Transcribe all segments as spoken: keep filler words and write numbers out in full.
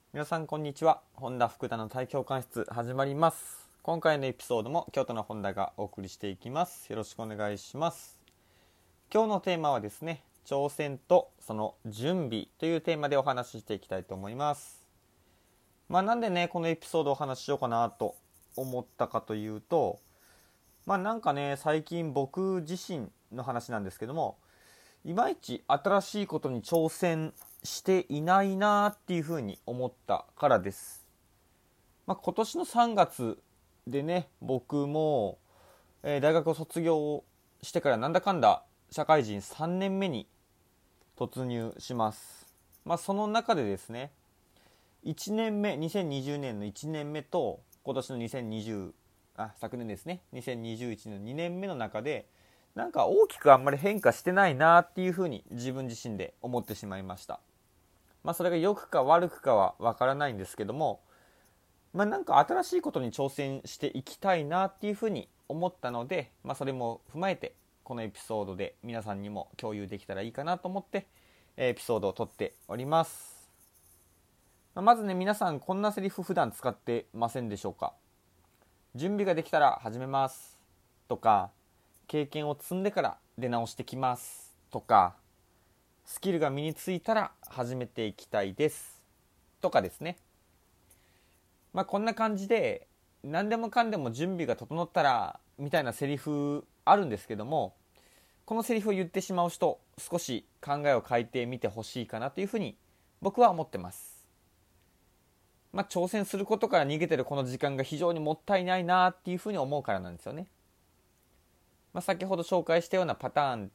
皆さんこんにちは。本田福田の大教官室始まります。今回のエピソードも京都の本田がお送りしていきます。よろしくお願いします。今日のテーマはですね、挑戦とその準備というテーマでお話ししていきたいと思います。まあなんでねこのエピソードをお話ししようかなと思ったかというと、まあなんかね最近僕自身の話なんですけども、いまいち新しいことに挑戦していないなっていうふうに思ったからです。まあ、今年のさんがつでね、僕も、えー大学を卒業してからなんだかんだ社会人さんねんめに突入します。まあ、その中でですね、いちねんめ、にせんにじゅうねんのいちねんめと今年のにせんにじゅう、あ、昨年ですね、にせんにじゅういちねんのにねんめの中で、なんか大きくあんまり変化してないなっていうふうに自分自身で思ってしまいました。まあそれが良くか悪くかはわからないんですけども、まあなんか新しいことに挑戦していきたいなっていうふうに思ったので、まあそれも踏まえてこのエピソードで皆さんにも共有できたらいいかなと思ってエピソードを撮っております。まずね、皆さんこんなセリフ普段使ってませんでしょうか？準備ができたら始めますとか、経験を積んでから出直してきますとか、スキルが身についたら始めていきたいですとかですね。まあこんな感じで何でもかんでも準備が整ったらみたいなセリフあるんですけども、このセリフを言ってしまう人、少し考えを変えてみてほしいかなというふうに僕は思ってます。まあ挑戦することから逃げてるこの時間が非常にもったいないなっていうふうに思うからなんですよね。まあ、先ほど紹介したようなパターンって、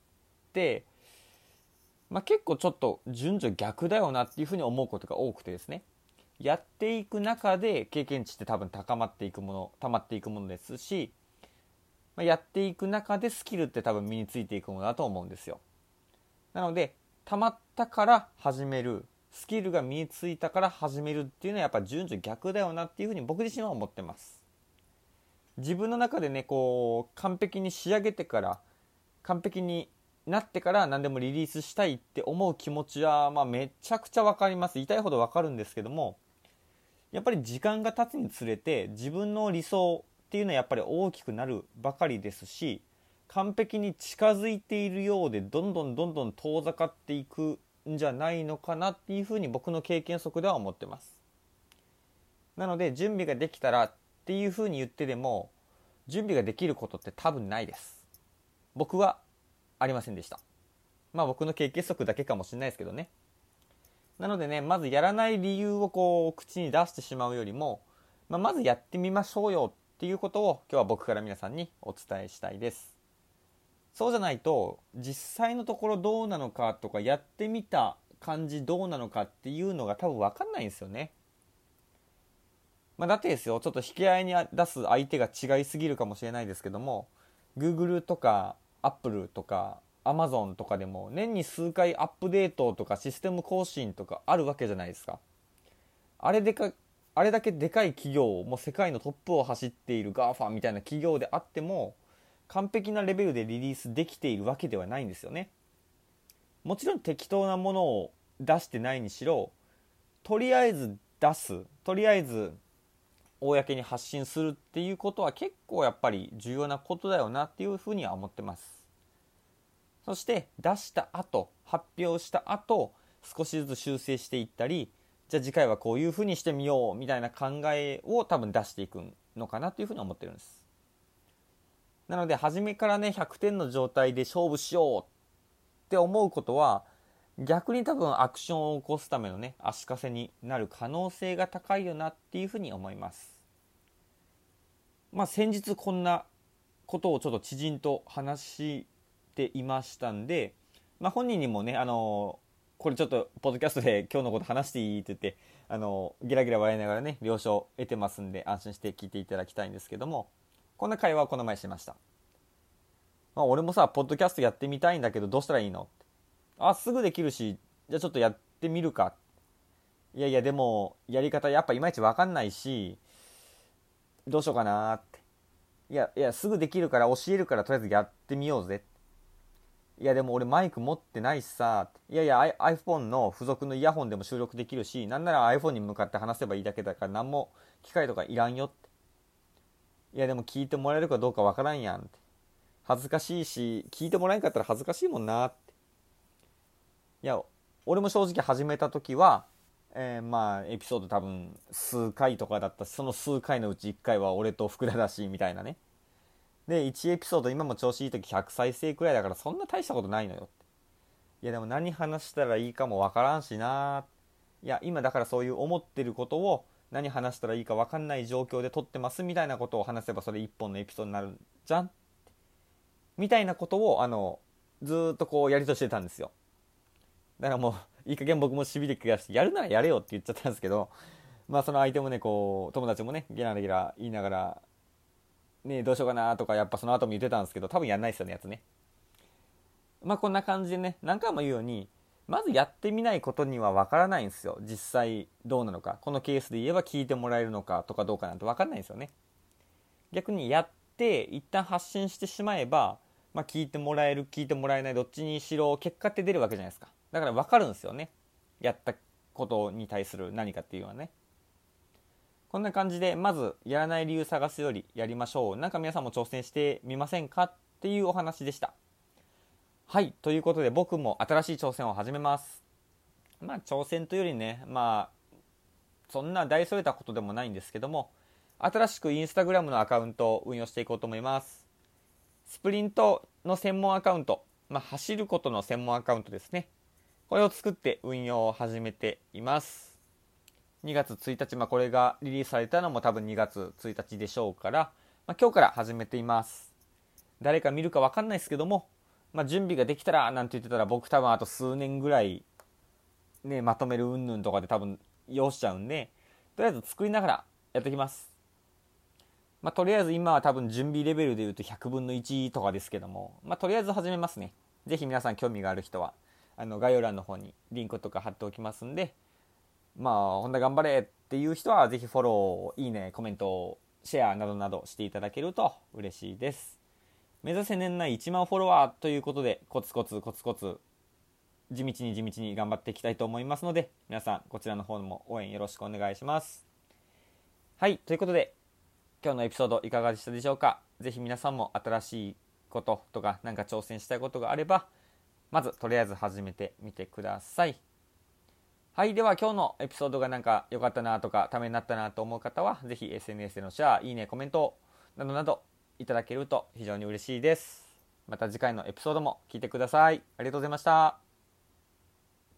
まあ、結構ちょっと順序逆だよなっていうふうに思うことが多くてですね、やっていく中で経験値って多分高まっていくもの溜まっていくものですし、まあ、やっていく中でスキルって多分身についていくものだと思うんですよ。なので溜まったから始める、スキルが身についたから始めるっていうのはやっぱ順序逆だよなっていうふうに僕自身は思ってます。自分の中でねこう完璧に仕上げてから完璧になってから何でもリリースしたいって思う気持ちは、まあ、めちゃくちゃ分かります。言いたいほど分かるんですけども、やっぱり時間が経つにつれて自分の理想っていうのはやっぱり大きくなるばかりですし、完璧に近づいているようでどんどんどんどん遠ざかっていくんじゃないのかなっていうふうに僕の経験則では思ってます。なので準備ができたらっていうふうに言ってでも準備ができることって多分ないです。僕はありませんでした。まあ僕の経験則だけかもしれないですけどね。なのでね、まずやらない理由をこう口に出してしまうよりも、まあ、まずやってみましょうよっていうことを今日は僕から皆さんにお伝えしたいです。そうじゃないと実際のところどうなのかとか、やってみた感じどうなのかっていうのが多分分かんないんですよね。まあ、だってですよ、ちょっと引き合いに出す相手が違いすぎるかもしれないですけども、 Google とか Apple とか Amazon とかでも年に数回アップデートとかシステム更新とかあるわけじゃないですか。あれでかあれだけでかい企業、もう世界のトップを走っている ガーファ みたいな企業であっても完璧なレベルでリリースできているわけではないんですよね。もちろん適当なものを出してないにしろ、とりあえず出す、とりあえず公に発信するっていうことは結構やっぱり重要なことだよなっていうふうには思ってます。そして出した後、発表した後、少しずつ修正していったり、じゃあ次回はこういうふうにしてみようみたいな考えを多分出していくのかなというふうに思ってるんです。なので初めからねひゃくてんの状態で勝負しようって思うことは、逆に多分アクションを起こすためのね足かせになる可能性が高いよなっていうふうに思います。まあ先日こんなことをちょっと知人と話していましたんで、まあ、本人にもね、あのこれちょっとポッドキャストで今日のこと話していいって言って、あのギラギラ笑いながらね了承を得てますんで、安心して聞いていただきたいんですけども、こんな会話をこの前しました。まあ、俺もさポッドキャストやってみたいんだけどどうしたらいいのって。あ、すぐできるし、じゃあちょっとやってみるか。いやいやでもやり方やっぱいまいち分かんないし、どうしようかなって。いやいやすぐできるから教えるからとりあえずやってみようぜ。 いやでも俺マイク持ってないしさ、いやいや iPhone の付属のイヤホンでも収録できるし、なんなら iPhone に向かって話せばいいだけだから何も機械とかいらんよって。いやでも聞いてもらえるかどうかわからんやんって。恥ずかしいし、聞いてもらえんかったら恥ずかしいもんなって。いや俺も正直始めた時は、えー、まあエピソード多分数回とかだったし、その数回のうちいっかいは俺と福田だしみたいなね。でいちエピソード今も調子いい時ひゃく再生くらいだから、そんな大したことないのよって。いやでも何話したらいいかもわからんしな。いや今だからそういう思ってることを何話したらいいか分かんない状況で撮ってますみたいなことを話せば、それ一本のエピソードになるじゃんみたいなことをあのずーっとこうやりとしてたんですよ。だからもういい加減僕もしびれ気がして、やるならやれよって言っちゃったんですけど、まあその相手もね、こう友達もねゲラゲラ言いながらね、どうしようかなとかやっぱその後も言ってたんですけど、多分やんないですよねやつね。まあこんな感じでね、何回も言うように、まずやってみないことには分からないんですよ、実際どうなのか。このケースで言えば聞いてもらえるのかとかどうかなんて分かんないんですよね。逆にやって一旦発信してしまえば、まあ、聞いてもらえる聞いてもらえないどっちにしろ結果って出るわけじゃないですか。だから分かるんですよね、やったことに対する何かっていうのはね。こんな感じで、まずやらない理由探すよりやりましょう、なんか皆さんも挑戦してみませんかっていうお話でした。はい、ということで僕も新しい挑戦を始めます。まあ挑戦というよりね、まあそんな大それたことでもないんですけども、新しくインスタグラムのアカウントを運用していこうと思います。スプリントの専門アカウント、まあ、走ることの専門アカウントですね。これを作って運用を始めています。にがつついたち、まあ、これがリリースされたのも多分にがつついたちでしょうから、まあ、今日から始めています。誰か見るか分かんないですけども、まあ、準備ができたらなんて言ってたら、僕多分あと数年ぐらい、ね、まとめる云々とかで多分要しちゃうんで、とりあえず作りながらやっていきます。まあ、とりあえず今は多分準備レベルでいうとひゃくぶんのいちとかですけども、まあ、とりあえず始めますね。ぜひ皆さん興味がある人はあの概要欄の方にリンクとか貼っておきますんで、まあ本田頑張れっていう人はぜひフォロー、いいね、コメント、シェアなどなどしていただけると嬉しいです。目指せ年内いちまんフォロワーということで、コツコツコツコツ地道に地道に頑張っていきたいと思いますので、皆さんこちらの方も応援よろしくお願いします。はい、ということで今日のエピソードいかがでしたでしょうか。ぜひ皆さんも新しいこととか何か挑戦したいことがあれば、まずとりあえず始めてみてください。はい、では今日のエピソードがなんか良かったなとかためになったなと思う方は、ぜひ エスエヌエス でのシェア、いいね、コメントなどなどいただけると非常に嬉しいです。また次回のエピソードも聞いてください。ありがとうございました。